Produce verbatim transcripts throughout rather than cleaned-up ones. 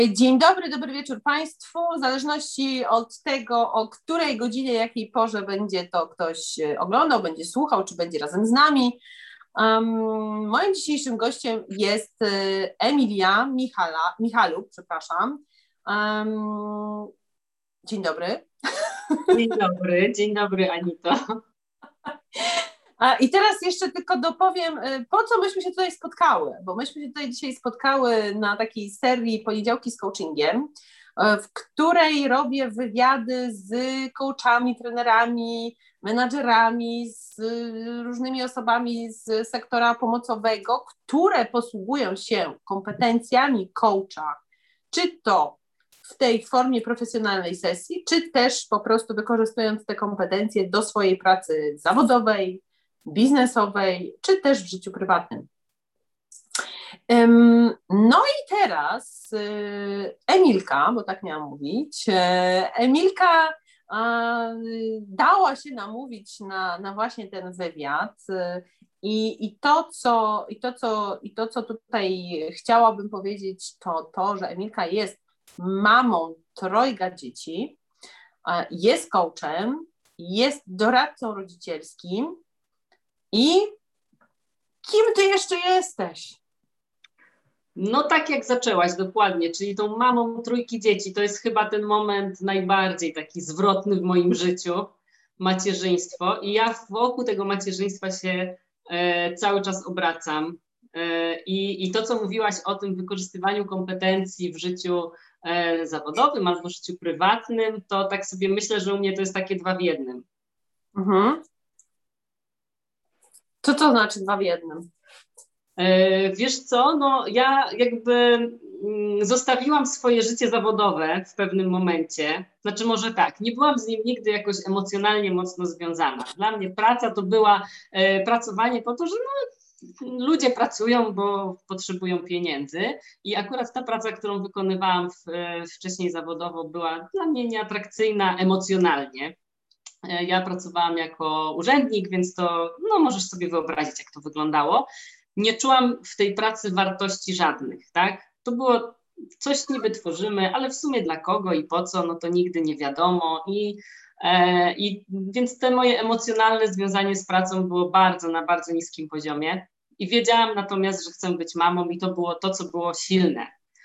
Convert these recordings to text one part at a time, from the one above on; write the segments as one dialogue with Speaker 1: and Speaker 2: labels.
Speaker 1: Dzień dobry, dobry wieczór Państwu. W zależności od tego, o której godzinie, jakiej porze będzie to ktoś oglądał, będzie słuchał, czy będzie razem z nami. Um, moim dzisiejszym gościem jest Emilia Michala, Michaluk, przepraszam. Um, dzień dobry.
Speaker 2: Dzień dobry, dzień dobry Anito.
Speaker 1: I teraz jeszcze tylko dopowiem, po co myśmy się tutaj spotkały, bo myśmy się tutaj dzisiaj spotkały na takiej serii Poniedziałki z coachingiem, w której robię wywiady z coachami, trenerami, menadżerami, z różnymi osobami z sektora pomocowego, które posługują się kompetencjami coacha, czy to w tej formie profesjonalnej sesji, czy też po prostu wykorzystując te kompetencje do swojej pracy zawodowej, biznesowej, czy też w życiu prywatnym. No i teraz Emilka, bo tak miałam mówić, Emilka dała się namówić na, na właśnie ten wywiad i, i, to, co, i, to, co, i to, co tutaj chciałabym powiedzieć, to to, że Emilka jest mamą trojga dzieci, jest coachem, jest doradcą rodzicielskim. I kim ty jeszcze jesteś?
Speaker 2: No tak jak zaczęłaś, dokładnie, czyli tą mamą trójki dzieci, to jest chyba ten moment najbardziej taki zwrotny w moim życiu, macierzyństwo, i ja wokół tego macierzyństwa się e, cały czas obracam e, i, i to, co mówiłaś o tym wykorzystywaniu kompetencji w życiu e, zawodowym albo w życiu prywatnym, to tak sobie myślę, że u mnie to jest takie dwa w jednym.
Speaker 1: Mhm. Co to znaczy dwa w jednym?
Speaker 2: Wiesz co, no ja jakby zostawiłam swoje życie zawodowe w pewnym momencie, znaczy może tak, nie byłam z nim nigdy jakoś emocjonalnie mocno związana. Dla mnie praca to była e, pracowanie po to, że no, ludzie pracują, bo potrzebują pieniędzy, i akurat ta praca, którą wykonywałam w, e, wcześniej zawodowo, była dla mnie nieatrakcyjna emocjonalnie. Ja pracowałam jako urzędnik, więc to no, możesz sobie wyobrazić, jak to wyglądało. Nie czułam w tej pracy wartości żadnych, tak? To było coś niby tworzymy, ale w sumie dla kogo i po co, no to nigdy nie wiadomo. I, e, i więc te moje emocjonalne związanie z pracą było bardzo, na bardzo niskim poziomie. I wiedziałam natomiast, że chcę być mamą, i to było to, co było silne.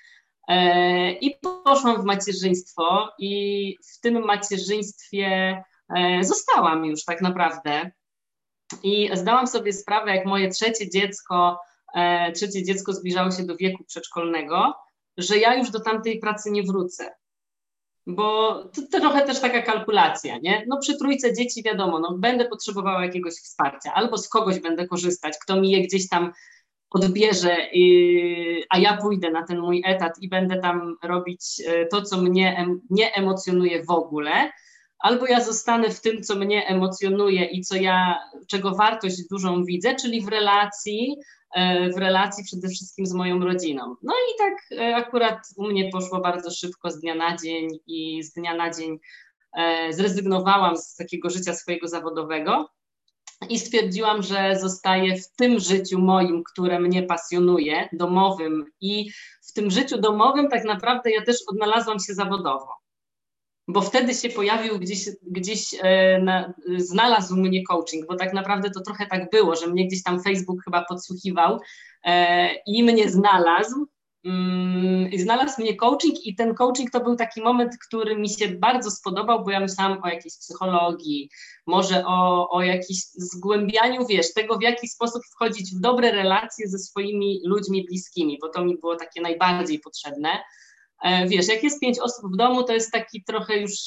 Speaker 2: E, I poszłam w macierzyństwo, i w tym macierzyństwie zostałam już tak naprawdę, i zdałam sobie sprawę, jak moje trzecie dziecko, e, trzecie dziecko zbliżało się do wieku przedszkolnego, że ja już do tamtej pracy nie wrócę, bo to, to trochę też taka kalkulacja, nie? No przy trójce dzieci wiadomo, no będę potrzebowała jakiegoś wsparcia, albo z kogoś będę korzystać, kto mi je gdzieś tam odbierze, yy, a ja pójdę na ten mój etat i będę tam robić to, co mnie em, nie emocjonuje w ogóle, albo ja zostanę w tym, co mnie emocjonuje i co ja, czego wartość dużą widzę, czyli w relacji, w relacji przede wszystkim z moją rodziną. No i tak akurat u mnie poszło bardzo szybko, z dnia na dzień, i z dnia na dzień zrezygnowałam z takiego życia swojego zawodowego i stwierdziłam, że zostaję w tym życiu moim, które mnie pasjonuje, domowym, i w tym życiu domowym tak naprawdę ja też odnalazłam się zawodowo. Bo wtedy się pojawił gdzieś, gdzieś e, na, znalazł mnie coaching, bo tak naprawdę to trochę tak było, że mnie gdzieś tam Facebook chyba podsłuchiwał e, i mnie znalazł. Mm, i znalazł mnie coaching, i ten coaching to był taki moment, który mi się bardzo spodobał, bo ja myślałam o jakiejś psychologii, może o, o jakimś zgłębianiu, wiesz, tego, w jaki sposób wchodzić w dobre relacje ze swoimi ludźmi bliskimi, bo to mi było takie najbardziej potrzebne. Wiesz, jak jest pięć osób w domu, to jest taki trochę już,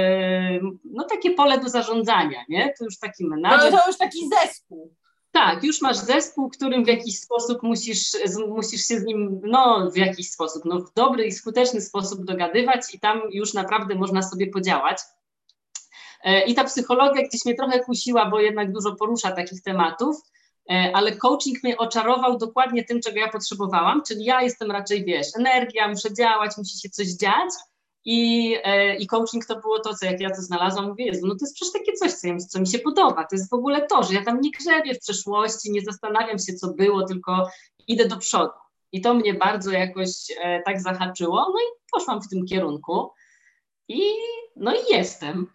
Speaker 2: no takie pole do zarządzania, nie? To już taki menadżer.
Speaker 1: No to już taki zespół.
Speaker 2: Tak, już masz zespół, którym w jakiś sposób musisz, musisz się z nim, no w jakiś sposób, no w dobry i skuteczny sposób dogadywać, i tam już naprawdę można sobie podziałać. I ta psychologia gdzieś mnie trochę kusiła, bo jednak dużo porusza takich tematów, ale coaching mnie oczarował dokładnie tym, czego ja potrzebowałam, czyli ja jestem raczej, wiesz, energia, muszę działać, musi się coś dziać, i, i coaching to było to, co jak ja to znalazłam, mówię, Jezu, no to jest przecież takie coś, co, ja, co mi się podoba, to jest w ogóle to, że ja tam nie grzebię w przeszłości, nie zastanawiam się, co było, tylko idę do przodu. I to mnie bardzo jakoś e, tak zahaczyło, no i poszłam w tym kierunku i no i jestem.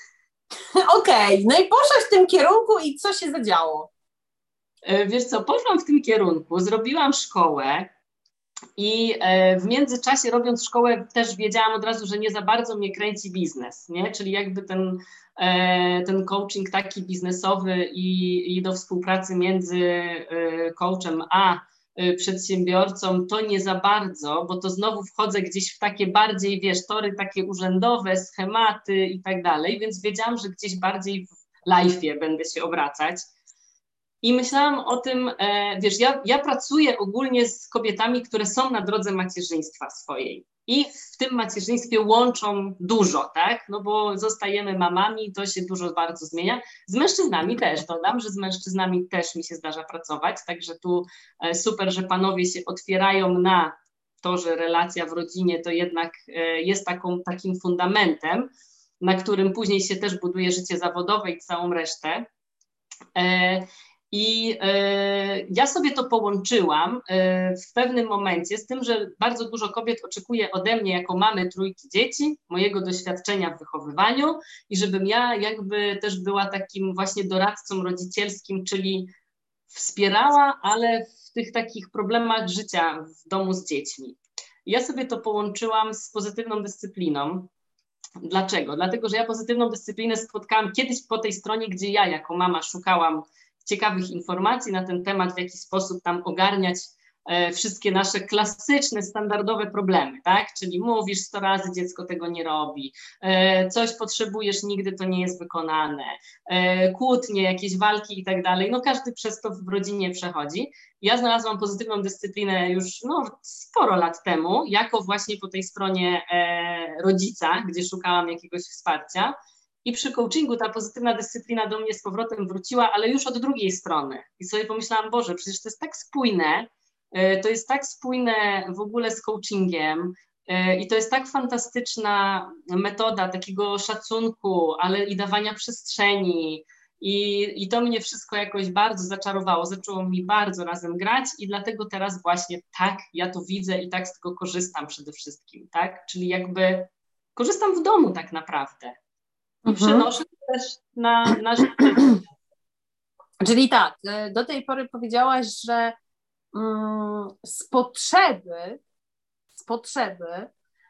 Speaker 1: Okej, okay. No i poszłaś w tym kierunku i co się zadziało?
Speaker 2: Wiesz co, poszłam w tym kierunku, zrobiłam szkołę i w międzyczasie robiąc szkołę też wiedziałam od razu, że nie za bardzo mnie kręci biznes, nie? Czyli jakby ten, ten coaching taki biznesowy i, i do współpracy między coachem a przedsiębiorcą to nie za bardzo, bo to znowu wchodzę gdzieś w takie bardziej, wiesz, tory takie urzędowe, schematy i tak dalej, więc wiedziałam, że gdzieś bardziej w live'ie będę się obracać. I myślałam o tym, e, wiesz, ja, ja pracuję ogólnie z kobietami, które są na drodze macierzyństwa swojej i w tym macierzyństwie łączą dużo, tak? No bo zostajemy mamami, to się dużo bardzo zmienia. Z mężczyznami też, dodam, że z mężczyznami też mi się zdarza pracować, także tu e, super, że panowie się otwierają na to, że relacja w rodzinie to jednak e, jest taką, takim fundamentem, na którym później się też buduje życie zawodowe i całą resztę. E, I y, ja sobie to połączyłam y, w pewnym momencie z tym, że bardzo dużo kobiet oczekuje ode mnie jako mamy trójki dzieci, mojego doświadczenia w wychowywaniu i żebym ja jakby też była takim właśnie doradcą rodzicielskim, czyli wspierała, ale w tych takich problemach życia w domu z dziećmi. Ja sobie to połączyłam z pozytywną dyscypliną. Dlaczego? Dlatego, że ja pozytywną dyscyplinę spotkałam kiedyś po tej stronie, gdzie ja jako mama szukałam ciekawych informacji na ten temat, w jaki sposób tam ogarniać e, wszystkie nasze klasyczne, standardowe problemy, tak? Czyli mówisz sto razy, dziecko tego nie robi, e, coś potrzebujesz, nigdy to nie jest wykonane, e, kłótnie, jakieś walki i tak dalej. No każdy przez to w rodzinie przechodzi. Ja znalazłam pozytywną dyscyplinę już no, sporo lat temu, jako właśnie po tej stronie e, rodzica, gdzie szukałam jakiegoś wsparcia. I przy coachingu ta pozytywna dyscyplina do mnie z powrotem wróciła, ale już od drugiej strony. I sobie pomyślałam, Boże, przecież to jest tak spójne, to jest tak spójne w ogóle z coachingiem i to jest tak fantastyczna metoda takiego szacunku, ale i dawania przestrzeni. I, I to mnie wszystko jakoś bardzo zaczarowało, zaczęło mi bardzo razem grać i dlatego teraz właśnie tak ja to widzę i tak z tego korzystam przede wszystkim, tak? Czyli jakby korzystam w domu tak naprawdę. I mhm. przenoszę też na, na życie.
Speaker 1: Czyli tak, do tej pory powiedziałaś, że mm, z potrzeby, z potrzeby,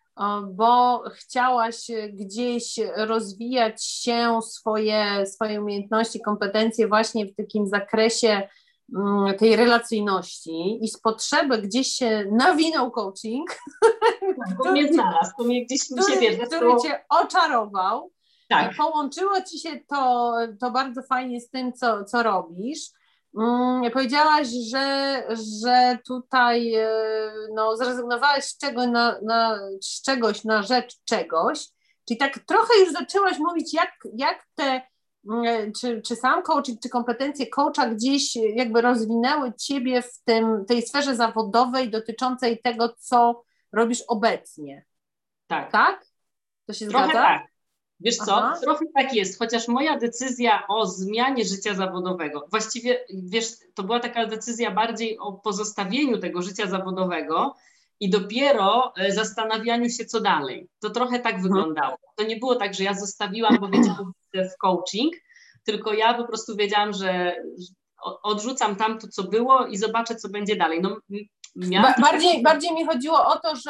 Speaker 1: bo chciałaś gdzieś rozwijać się, swoje, swoje umiejętności, kompetencje właśnie w takim zakresie mm, tej relacyjności i z potrzeby gdzieś się nawinął coaching,
Speaker 2: który mnie znalazł, to mnie gdzieś mi się wiesz,
Speaker 1: który to... cię oczarował. Tak. Połączyło ci się to, to bardzo fajnie z tym, co, co robisz. Hmm, powiedziałaś, że, że tutaj no, zrezygnowałaś z, czego na, na, z czegoś na rzecz czegoś. Czyli tak trochę już zaczęłaś mówić, jak, jak te, czy, czy sam coaching, czy kompetencje coacha gdzieś jakby rozwinęły ciebie w tym, tej sferze zawodowej dotyczącej tego, co robisz obecnie.
Speaker 2: Tak.
Speaker 1: Tak? To się
Speaker 2: trochę
Speaker 1: zgadza?
Speaker 2: Tak. Wiesz co,
Speaker 1: Aha.
Speaker 2: trochę tak jest, chociaż moja decyzja o zmianie życia zawodowego, właściwie, wiesz, to była taka decyzja bardziej o pozostawieniu tego życia zawodowego i dopiero zastanawianiu się, co dalej. To trochę tak mhm. wyglądało. To nie było tak, że ja zostawiłam, bo wiedziałam, że w coaching, tylko ja po prostu wiedziałam, że odrzucam tamto, co było i zobaczę, co będzie dalej. No,
Speaker 1: ba- bardziej, tak... bardziej mi chodziło o to, że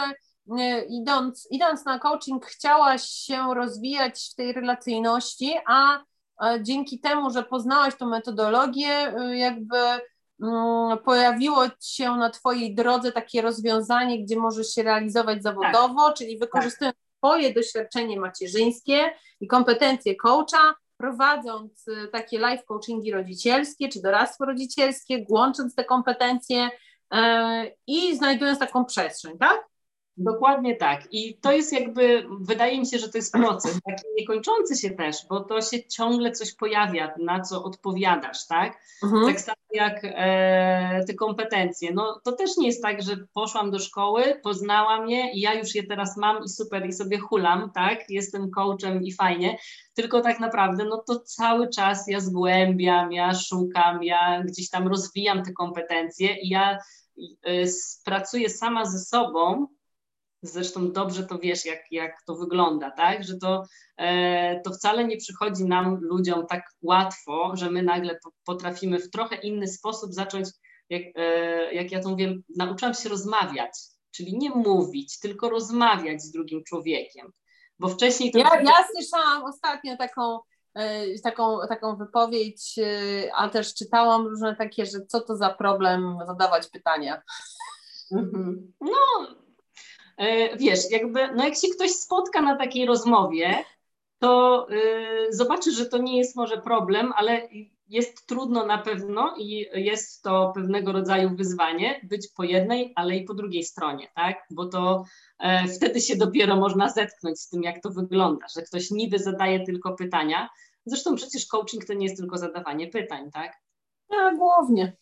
Speaker 1: Idąc, idąc na coaching, chciałaś się rozwijać w tej relacyjności, a dzięki temu, że poznałaś tą metodologię, jakby um, pojawiło się na twojej drodze takie rozwiązanie, gdzie możesz się realizować zawodowo, tak. czyli wykorzystując tak. twoje doświadczenie macierzyńskie i kompetencje coacha, prowadząc takie live coachingi rodzicielskie czy doradztwo rodzicielskie, łącząc te kompetencje yy, i znajdując taką przestrzeń, tak?
Speaker 2: Dokładnie tak. I to jest jakby, wydaje mi się, że to jest proces taki niekończący się też, bo to się ciągle coś pojawia, na co odpowiadasz, tak? Mhm. Tak samo jak e, te kompetencje. No to też nie jest tak, że poszłam do szkoły, poznałam je i ja już je teraz mam i super i sobie hulam, tak? Jestem coachem i fajnie, tylko tak naprawdę no to cały czas ja zgłębiam, ja szukam, ja gdzieś tam rozwijam te kompetencje i ja y, pracuję sama ze sobą, Zresztą dobrze to wiesz, jak, jak to wygląda, tak? Że to, e, to wcale nie przychodzi nam, ludziom, tak łatwo, że my nagle potrafimy w trochę inny sposób zacząć, jak, e, jak ja to mówię, nauczyłam się rozmawiać, czyli nie mówić, tylko rozmawiać z drugim człowiekiem. Bo wcześniej to...
Speaker 1: Ja, ja słyszałam ostatnio taką, y, taką, taką wypowiedź, y, ale też czytałam różne takie, że co to za problem zadawać pytania.
Speaker 2: Mhm. No, y, wiesz, jakby, no jak się ktoś spotka na takiej rozmowie, to y, zobaczy, że to nie jest może problem, ale jest trudno na pewno i jest to pewnego rodzaju wyzwanie być po jednej, ale i po drugiej stronie, tak? Bo to e, wtedy się dopiero można zetknąć z tym, jak to wygląda, że ktoś niby zadaje tylko pytania. Zresztą przecież coaching to nie jest tylko zadawanie pytań, tak?
Speaker 1: Ja, głównie.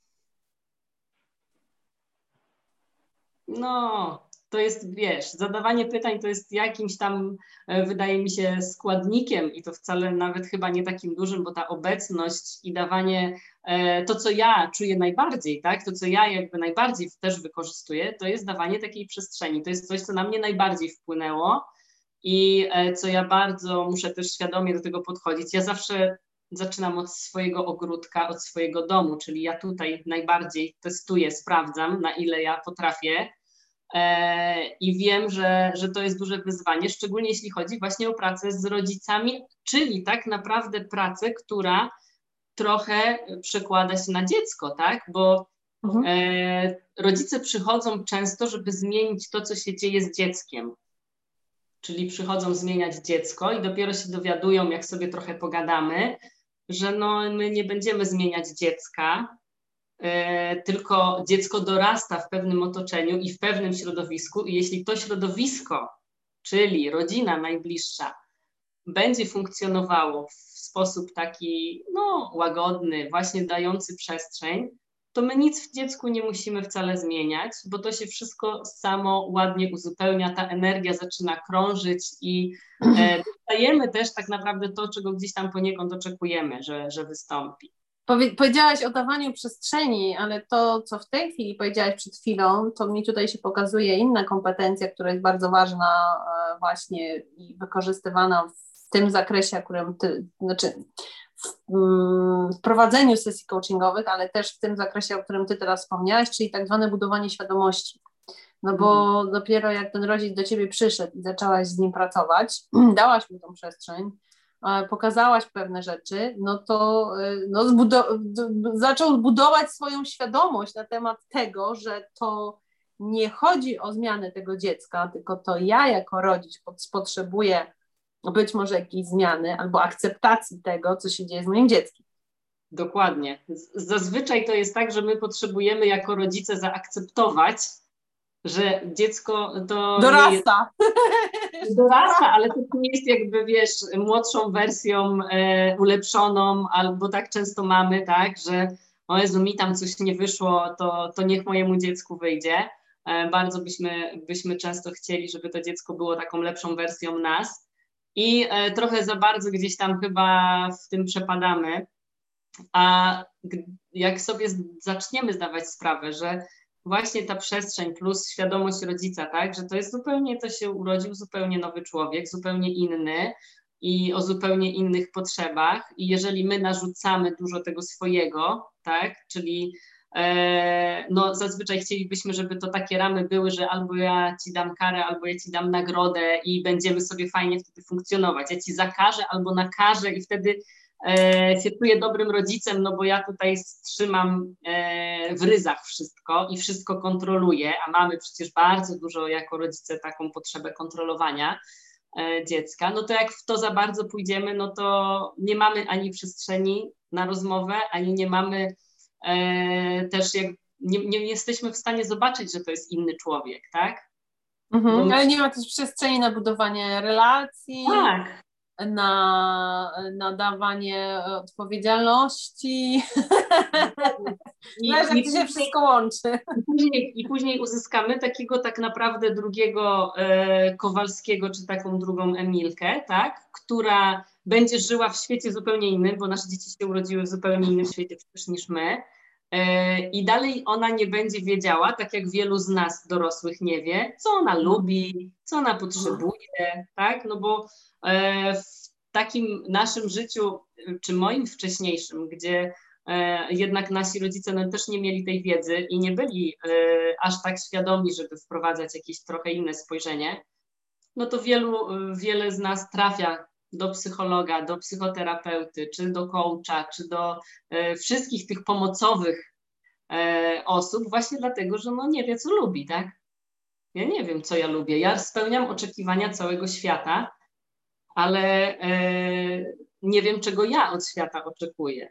Speaker 2: No, to jest, wiesz, zadawanie pytań to jest jakimś tam, e, wydaje mi się, składnikiem i to wcale nawet chyba nie takim dużym, bo ta obecność i dawanie, e, to co ja czuję najbardziej, tak, to co ja jakby najbardziej też wykorzystuję, to jest dawanie takiej przestrzeni. To jest coś, co na mnie najbardziej wpłynęło i e, co ja bardzo muszę też świadomie do tego podchodzić. Ja zawsze zaczynam od swojego ogródka, od swojego domu, czyli ja tutaj najbardziej testuję, sprawdzam, na ile ja potrafię. I wiem, że, że to jest duże wyzwanie, szczególnie jeśli chodzi właśnie o pracę z rodzicami, czyli tak naprawdę pracę, która trochę przekłada się na dziecko, tak? Bo mhm. e, rodzice przychodzą często, żeby zmienić to, co się dzieje z dzieckiem. Czyli przychodzą zmieniać dziecko i dopiero się dowiadują, jak sobie trochę pogadamy, że no, my nie będziemy zmieniać dziecka, tylko dziecko dorasta w pewnym otoczeniu i w pewnym środowisku i jeśli to środowisko, czyli rodzina najbliższa, będzie funkcjonowało w sposób taki no, łagodny, właśnie dający przestrzeń, to my nic w dziecku nie musimy wcale zmieniać, bo to się wszystko samo ładnie uzupełnia, ta energia zaczyna krążyć i e, dostajemy też tak naprawdę to, czego gdzieś tam poniekąd oczekujemy, że, że wystąpi.
Speaker 1: Powiedziałaś o dawaniu przestrzeni, ale to, co w tej chwili powiedziałaś przed chwilą, to mi tutaj się pokazuje inna kompetencja, która jest bardzo ważna właśnie i wykorzystywana w tym zakresie, o którym ty, znaczy w prowadzeniu sesji coachingowych, ale też w tym zakresie, o którym ty teraz wspomniałaś, czyli tak zwane budowanie świadomości. No bo mhm. dopiero jak ten rodzic do ciebie przyszedł i zaczęłaś z nim pracować, dałaś mu tą przestrzeń, pokazałaś pewne rzeczy, no to no zbudo- zaczął budować swoją świadomość na temat tego, że to nie chodzi o zmianę tego dziecka, tylko to ja jako rodzic potrzebuję być może jakiejś zmiany albo akceptacji tego, co się dzieje z moim dzieckiem.
Speaker 2: Dokładnie. Zazwyczaj to jest tak, że my potrzebujemy jako rodzice zaakceptować, że dziecko to
Speaker 1: dorasta.
Speaker 2: Nie jest, dorasta, ale to nie jest jakby, wiesz, młodszą wersją e, ulepszoną, albo tak często mamy, tak, że o Jezu, mi tam coś nie wyszło, to, to niech mojemu dziecku wyjdzie. E, bardzo byśmy, byśmy często chcieli, żeby to dziecko było taką lepszą wersją nas i e, trochę za bardzo gdzieś tam chyba w tym przepadamy. A jak sobie zaczniemy zdawać sprawę, że właśnie ta przestrzeń plus świadomość rodzica, tak, że to jest zupełnie, to się urodził zupełnie nowy człowiek, zupełnie inny i o zupełnie innych potrzebach i jeżeli my narzucamy dużo tego swojego, tak, czyli e, no zazwyczaj chcielibyśmy, żeby to takie ramy były, że albo ja ci dam karę, albo ja ci dam nagrodę i będziemy sobie fajnie wtedy funkcjonować, ja ci zakażę albo nakażę i wtedy E, się czuję dobrym rodzicem, no bo ja tutaj trzymam e, w ryzach wszystko i wszystko kontroluję, a mamy przecież bardzo dużo jako rodzice taką potrzebę kontrolowania e, dziecka, no to jak w to za bardzo pójdziemy, no to nie mamy ani przestrzeni na rozmowę, ani nie mamy e, też, jak, nie, nie jesteśmy w stanie zobaczyć, że to jest inny człowiek, tak?
Speaker 1: Mhm, my... Ale nie ma też przestrzeni na budowanie relacji.
Speaker 2: Tak.
Speaker 1: Na, na dawanie odpowiedzialności. I, Wiesz, jak to się wszystko łączy.
Speaker 2: I później, I później uzyskamy takiego tak naprawdę drugiego e, Kowalskiego, czy taką drugą Emilkę, tak, która będzie żyła w świecie zupełnie innym, bo nasze dzieci się urodziły w zupełnie innym świecie niż my. I dalej ona nie będzie wiedziała, tak jak wielu z nas dorosłych nie wie, co ona lubi, co ona potrzebuje, tak? No bo w takim naszym życiu, czy moim wcześniejszym, gdzie jednak nasi rodzice no, też nie mieli tej wiedzy i nie byli aż tak świadomi, żeby wprowadzać jakieś trochę inne spojrzenie, no to wielu, wiele z nas trafia do psychologa, do psychoterapeuty, czy do coacha, czy do e, wszystkich tych pomocowych e, osób właśnie dlatego, że no nie wie, co lubi, tak? Ja nie wiem, co ja lubię. Ja spełniam oczekiwania całego świata, ale e, nie wiem, czego ja od świata oczekuję.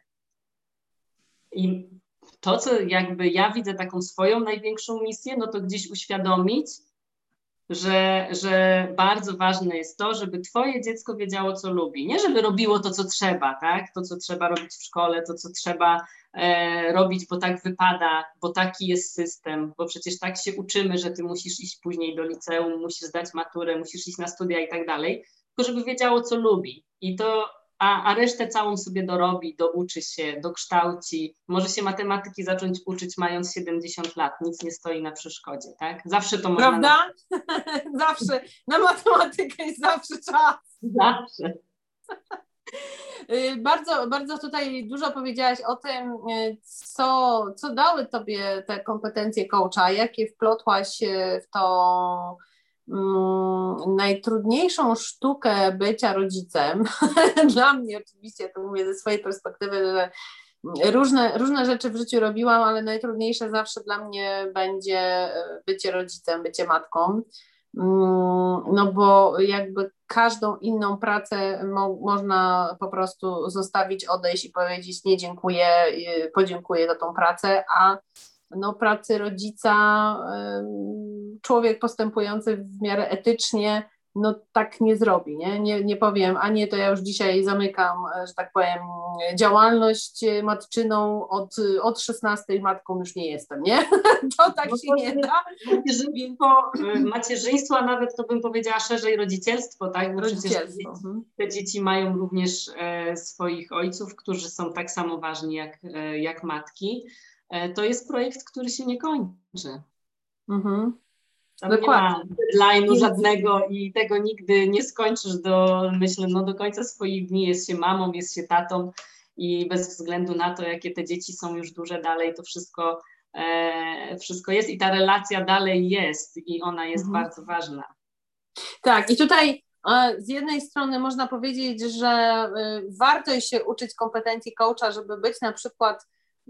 Speaker 2: I to, co jakby ja widzę taką swoją największą misję, no to gdzieś uświadomić, Że, że bardzo ważne jest to, żeby twoje dziecko wiedziało, co lubi. Nie żeby robiło to, co trzeba, tak? To, co trzeba robić w szkole, to, co trzeba e, robić, bo tak wypada, bo taki jest system, bo przecież tak się uczymy, że ty musisz iść później do liceum, musisz zdać maturę, musisz iść na studia i tak dalej, tylko żeby wiedziało, co lubi. I to A, a resztę całą sobie dorobi, douczy się, dokształci. Może się matematyki zacząć uczyć mając siedemdziesiąt lat, nic nie stoi na przeszkodzie, tak? Zawsze to można...
Speaker 1: Prawda? Na... Zawsze. Na matematykę jest zawsze czas.
Speaker 2: Zawsze.
Speaker 1: Bardzo, bardzo tutaj dużo powiedziałaś o tym, co, co dały tobie te kompetencje coacha, jakie wplotłaś w to um, najtrudniejszą sztukę bycia rodzicem. Dla mnie oczywiście, to mówię ze swojej perspektywy, że różne, różne rzeczy w życiu robiłam, ale najtrudniejsze zawsze dla mnie będzie bycie rodzicem, bycie matką. No bo jakby każdą inną pracę mo- można po prostu zostawić, odejść i powiedzieć nie dziękuję, podziękuję za tą pracę, a no pracy rodzica człowiek postępujący w miarę etycznie no tak nie zrobi, nie? Nie, nie powiem, a nie, to ja już dzisiaj zamykam, że tak powiem, działalność matczyną, od, od szesnastej matką już nie jestem, nie? To tak
Speaker 2: no
Speaker 1: się nie da.
Speaker 2: Macierzyństwo, macierzyństwo, a nawet to bym powiedziała szerzej rodzicielstwo, tak? Bo
Speaker 1: rodzicielstwo.
Speaker 2: Przecież te dzieci mają również e, swoich ojców, którzy są tak samo ważni jak, e, jak matki. E, to jest projekt, który się nie kończy. Mhm. Tam dokładnie. Nie ma deadline'u żadnego i tego nigdy nie skończysz do, myślę, no do końca swoich dni. Jest się mamą, jest się tatą i bez względu na to, jakie te dzieci są już duże dalej, to wszystko, e, wszystko jest i ta relacja dalej jest i ona jest mhm. bardzo ważna.
Speaker 1: Tak, i tutaj e, z jednej strony można powiedzieć, że e, warto się uczyć kompetencji coacha, żeby być na przykład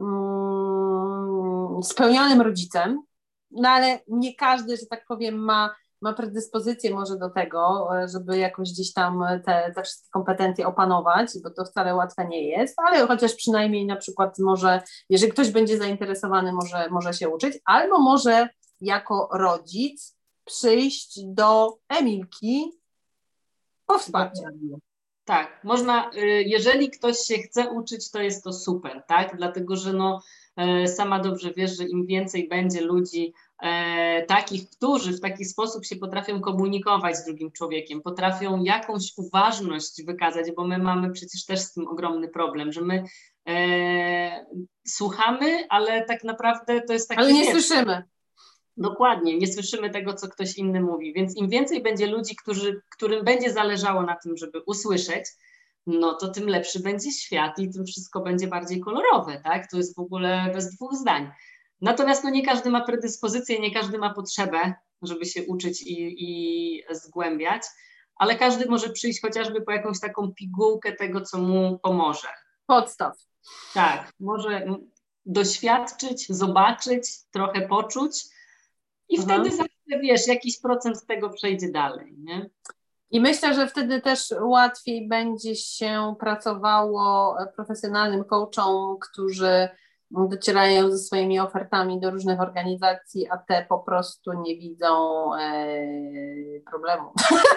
Speaker 1: mm, spełnionym rodzicem, no ale nie każdy, że tak powiem, ma, ma predyspozycję może do tego, żeby jakoś gdzieś tam te, te wszystkie kompetencje opanować, bo to wcale łatwe nie jest, ale chociaż przynajmniej na przykład może, jeżeli ktoś będzie zainteresowany, może, może się uczyć, albo może jako rodzic przyjść do Emilki po wsparcie.
Speaker 2: Tak, można, jeżeli ktoś się chce uczyć, to jest to super, tak, dlatego, że no sama dobrze wiesz, że im więcej będzie ludzi e, takich, którzy w taki sposób się potrafią komunikować z drugim człowiekiem, potrafią jakąś uważność wykazać, bo my mamy przecież też z tym ogromny problem, że my e, słuchamy, ale tak naprawdę to jest takie...
Speaker 1: Ale nie wiesz, słyszymy.
Speaker 2: Dokładnie, nie słyszymy tego, co ktoś inny mówi, więc im więcej będzie ludzi, którzy, którym będzie zależało na tym, żeby usłyszeć, no to tym lepszy będzie świat i tym wszystko będzie bardziej kolorowe, tak? To jest w ogóle bez dwóch zdań. Natomiast no nie każdy ma predyspozycję, nie każdy ma potrzebę, żeby się uczyć i, i zgłębiać, ale każdy może przyjść chociażby po jakąś taką pigułkę tego, co mu pomoże.
Speaker 1: Podstaw.
Speaker 2: Tak, może doświadczyć, zobaczyć, trochę poczuć i Aha. wtedy zawsze, wiesz, jakiś procent tego przejdzie dalej, nie?
Speaker 1: I myślę, że wtedy też łatwiej będzie się pracowało profesjonalnym coachom, którzy docierają ze swoimi ofertami do różnych organizacji, a te po prostu nie widzą e, problemu.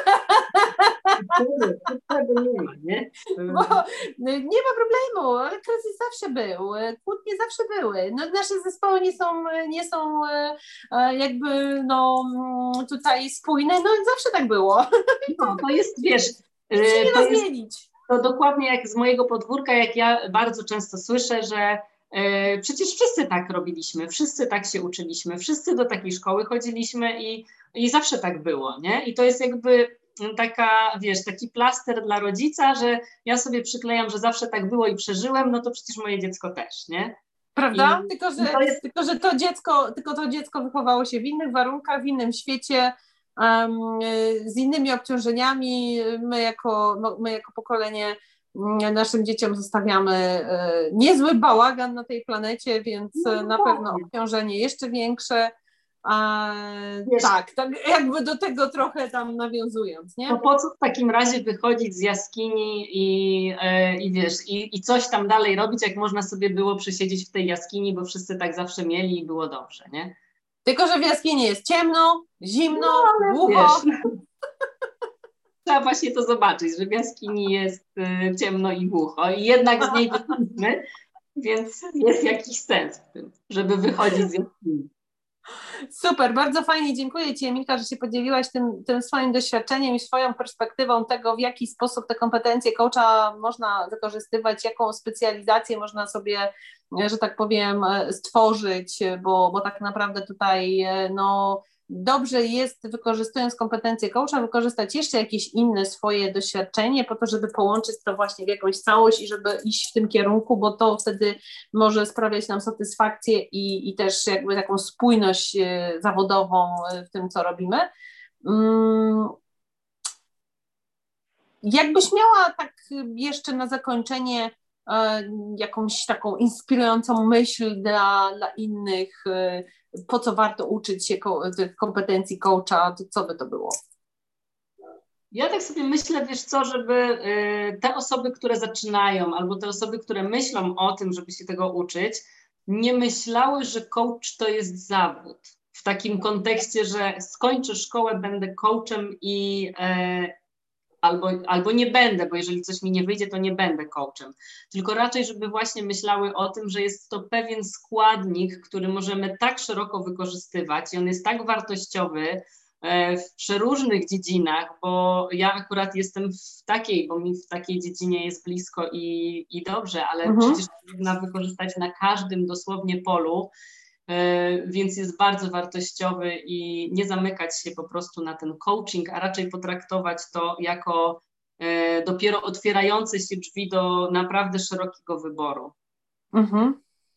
Speaker 2: Nie ma, nie?
Speaker 1: Bo nie ma problemu, ale kryzys zawsze był, kłótnie zawsze były. No, nasze zespoły nie są, nie są jakby no, tutaj spójne, no zawsze tak było.
Speaker 2: No, to jest, wiesz,
Speaker 1: to się nie
Speaker 2: to
Speaker 1: da
Speaker 2: jest,
Speaker 1: zmienić.
Speaker 2: To dokładnie jak z mojego podwórka, jak ja bardzo często słyszę, że Przecież wszyscy tak robiliśmy, wszyscy tak się uczyliśmy, wszyscy do takiej szkoły chodziliśmy i, i zawsze tak było, nie? I to jest jakby taka, wiesz, taki plaster dla rodzica, że ja sobie przyklejam, że zawsze tak było i przeżyłem, no to przecież moje dziecko też, nie?
Speaker 1: Prawda?
Speaker 2: I,
Speaker 1: tylko,
Speaker 2: i
Speaker 1: że,
Speaker 2: to jest...
Speaker 1: tylko, że to dziecko, tylko to dziecko wychowało się w innych warunkach, w innym świecie, um, z innymi obciążeniami. My jako, no, my jako pokolenie naszym dzieciom zostawiamy niezły bałagan na tej planecie, więc no, na pewno obciążenie jeszcze większe. A, tak, tak, jakby do tego trochę tam nawiązując, nie?
Speaker 2: To po co w takim razie wychodzić z jaskini i, yy, i wiesz, i, i coś tam dalej robić, jak można sobie było przysiedzieć w tej jaskini, bo wszyscy tak zawsze mieli i było dobrze, nie?
Speaker 1: Tylko że w jaskini jest ciemno, zimno, no, głucho.
Speaker 2: Trzeba właśnie to zobaczyć, że w jaskini jest y, ciemno i głucho i jednak z niej wychodzimy, więc jest jakiś sens w tym, żeby wychodzić z jaskini.
Speaker 1: Super, bardzo fajnie, dziękuję Ci, Emilka, że się podzieliłaś tym, tym swoim doświadczeniem i swoją perspektywą tego, w jaki sposób te kompetencje coacha można wykorzystywać, jaką specjalizację można sobie, że tak powiem, stworzyć, bo, bo tak naprawdę tutaj no, dobrze jest, wykorzystując kompetencje coacha, wykorzystać jeszcze jakieś inne swoje doświadczenie po to, żeby połączyć to właśnie w jakąś całość i żeby iść w tym kierunku, bo to wtedy może sprawiać nam satysfakcję i, i też jakby taką spójność zawodową w tym, co robimy. Jakbyś miała tak jeszcze na zakończenie jakąś taką inspirującą myśl dla, dla innych, po co warto uczyć się tych kompetencji coacha, to co by to było?
Speaker 2: Ja tak sobie myślę, wiesz co, żeby te osoby, które zaczynają, albo te osoby, które myślą o tym, żeby się tego uczyć, nie myślały, że coach to jest zawód. W takim kontekście, że skończę szkołę, będę coachem i e, albo, albo nie będę, bo jeżeli coś mi nie wyjdzie, to nie będę coachem. Tylko raczej, żeby właśnie myślały o tym, że jest to pewien składnik, który możemy tak szeroko wykorzystywać i on jest tak wartościowy w przeróżnych dziedzinach, bo ja akurat jestem w takiej, bo mi w takiej dziedzinie jest blisko i, i dobrze, ale mhm. przecież można wykorzystać na każdym dosłownie polu, więc jest bardzo wartościowy i nie zamykać się po prostu na ten coaching, a raczej potraktować to jako dopiero otwierające się drzwi do naprawdę szerokiego wyboru.
Speaker 1: Mhm.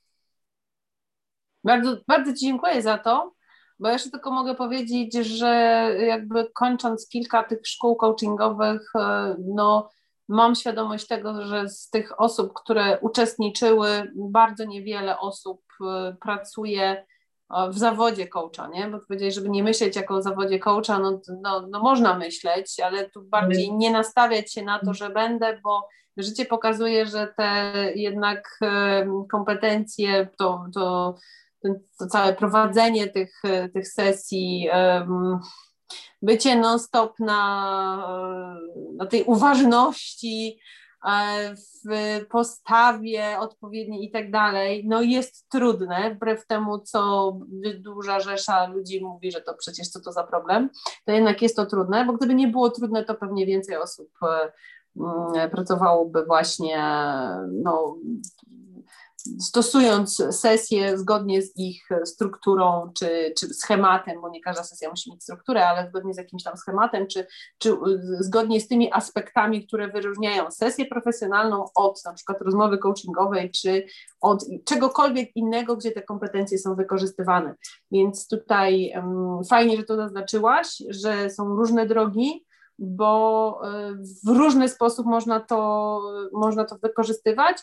Speaker 1: Bardzo, bardzo Ci dziękuję za to, bo jeszcze tylko mogę powiedzieć, że jakby kończąc kilka tych szkół coachingowych, no mam świadomość tego, że z tych osób, które uczestniczyły, bardzo niewiele osób pracuje w zawodzie coacha, nie? Bo powiedziałeś, żeby nie myśleć jako o zawodzie coacha, no, no, no można myśleć, ale tu bardziej nie nastawiać się na to, że będę, bo życie pokazuje, że te jednak kompetencje, to, to, to całe prowadzenie tych, tych sesji, bycie non-stop na, na tej uważności, w postawie odpowiedniej i tak dalej, no jest trudne, wbrew temu, co duża rzesza ludzi mówi, że to przecież co to za problem, to jednak jest to trudne, bo gdyby nie było trudne, to pewnie więcej osób pracowałoby właśnie no, stosując sesję zgodnie z ich strukturą czy, czy schematem, bo nie każda sesja musi mieć strukturę, ale zgodnie z jakimś tam schematem, czy, czy zgodnie z tymi aspektami, które wyróżniają sesję profesjonalną od na przykład rozmowy coachingowej, czy od czegokolwiek innego, gdzie te kompetencje są wykorzystywane. Więc tutaj um, fajnie, że to zaznaczyłaś, że są różne drogi, bo w różny sposób można to, można to wykorzystywać.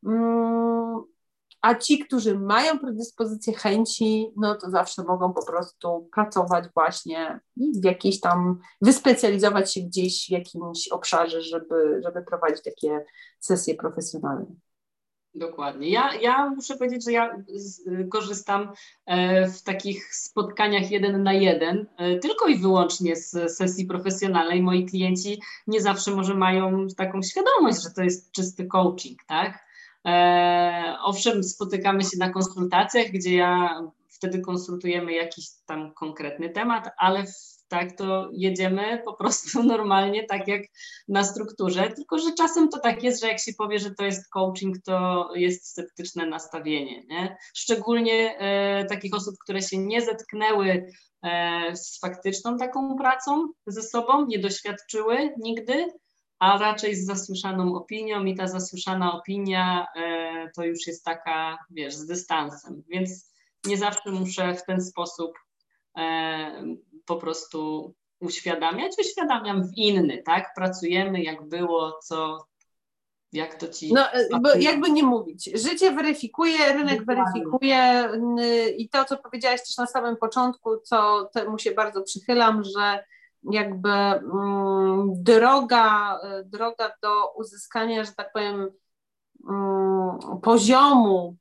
Speaker 1: A ci, którzy mają predyspozycje chęci, no to zawsze mogą po prostu pracować właśnie i w jakiejś tam, wyspecjalizować się gdzieś w jakimś obszarze, żeby, żeby prowadzić takie sesje profesjonalne.
Speaker 2: Dokładnie. Ja, ja muszę powiedzieć, że ja z, korzystam w takich spotkaniach jeden na jeden, tylko i wyłącznie z sesji profesjonalnej. Moi klienci nie zawsze może mają taką świadomość, że to jest czysty coaching, tak? E, owszem, spotykamy się na konsultacjach, gdzie ja wtedy konsultujemy jakiś tam konkretny temat, ale w tak, to jedziemy po prostu normalnie, tak jak na strukturze, tylko że czasem to tak jest, że jak się powie, że to jest coaching, to jest sceptyczne nastawienie, nie? Szczególnie e, takich osób, które się nie zetknęły e, z faktyczną taką pracą ze sobą, nie doświadczyły nigdy, a raczej z zasłyszaną opinią i ta zasłyszana opinia e, to już jest taka, wiesz, z dystansem, więc nie zawsze muszę w ten sposób e, po prostu uświadamiać, uświadamiam w inny, tak? Pracujemy jak było, co, jak to ci...
Speaker 1: No, bo jakby nie mówić, życie weryfikuje, rynek
Speaker 2: Dokładnie.
Speaker 1: weryfikuje i to, co powiedziałaś też na samym początku, co temu się bardzo przychylam, że jakby mm, droga, droga do uzyskania, że tak powiem, mm, poziomu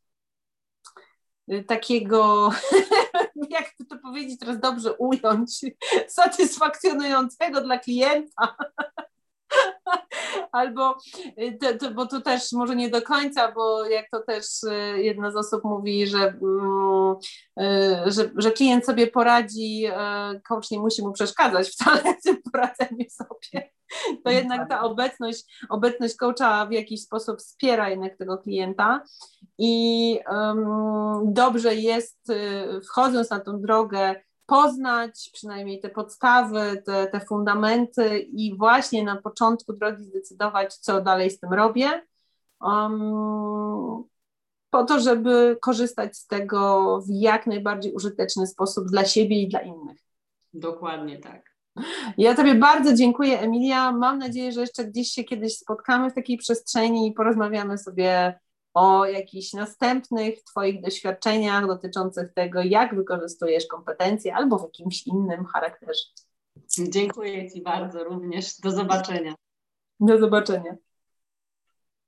Speaker 1: takiego, jakby to powiedzieć teraz dobrze ująć, satysfakcjonującego dla klienta, albo, to, to, bo to też może nie do końca, bo jak to też jedna z osób mówi, że, że, że klient sobie poradzi, coach nie musi mu przeszkadzać wcale w tym poradzeniu sobie, to jednak ta obecność, obecność coacha w jakiś sposób wspiera jednak tego klienta i um, dobrze jest, wchodząc na tą drogę, poznać przynajmniej te podstawy, te, te fundamenty i właśnie na początku drogi zdecydować, co dalej z tym robię, um, po to, żeby korzystać z tego w jak najbardziej użyteczny sposób dla siebie i dla innych.
Speaker 2: Dokładnie tak.
Speaker 1: Ja Tobie bardzo dziękuję, Emilia. Mam nadzieję, że jeszcze gdzieś się kiedyś spotkamy w takiej przestrzeni i porozmawiamy sobie o jakichś następnych Twoich doświadczeniach dotyczących tego, jak wykorzystujesz kompetencje albo w jakimś innym charakterze.
Speaker 2: Dziękuję Ci bardzo również. Do zobaczenia.
Speaker 1: Do zobaczenia.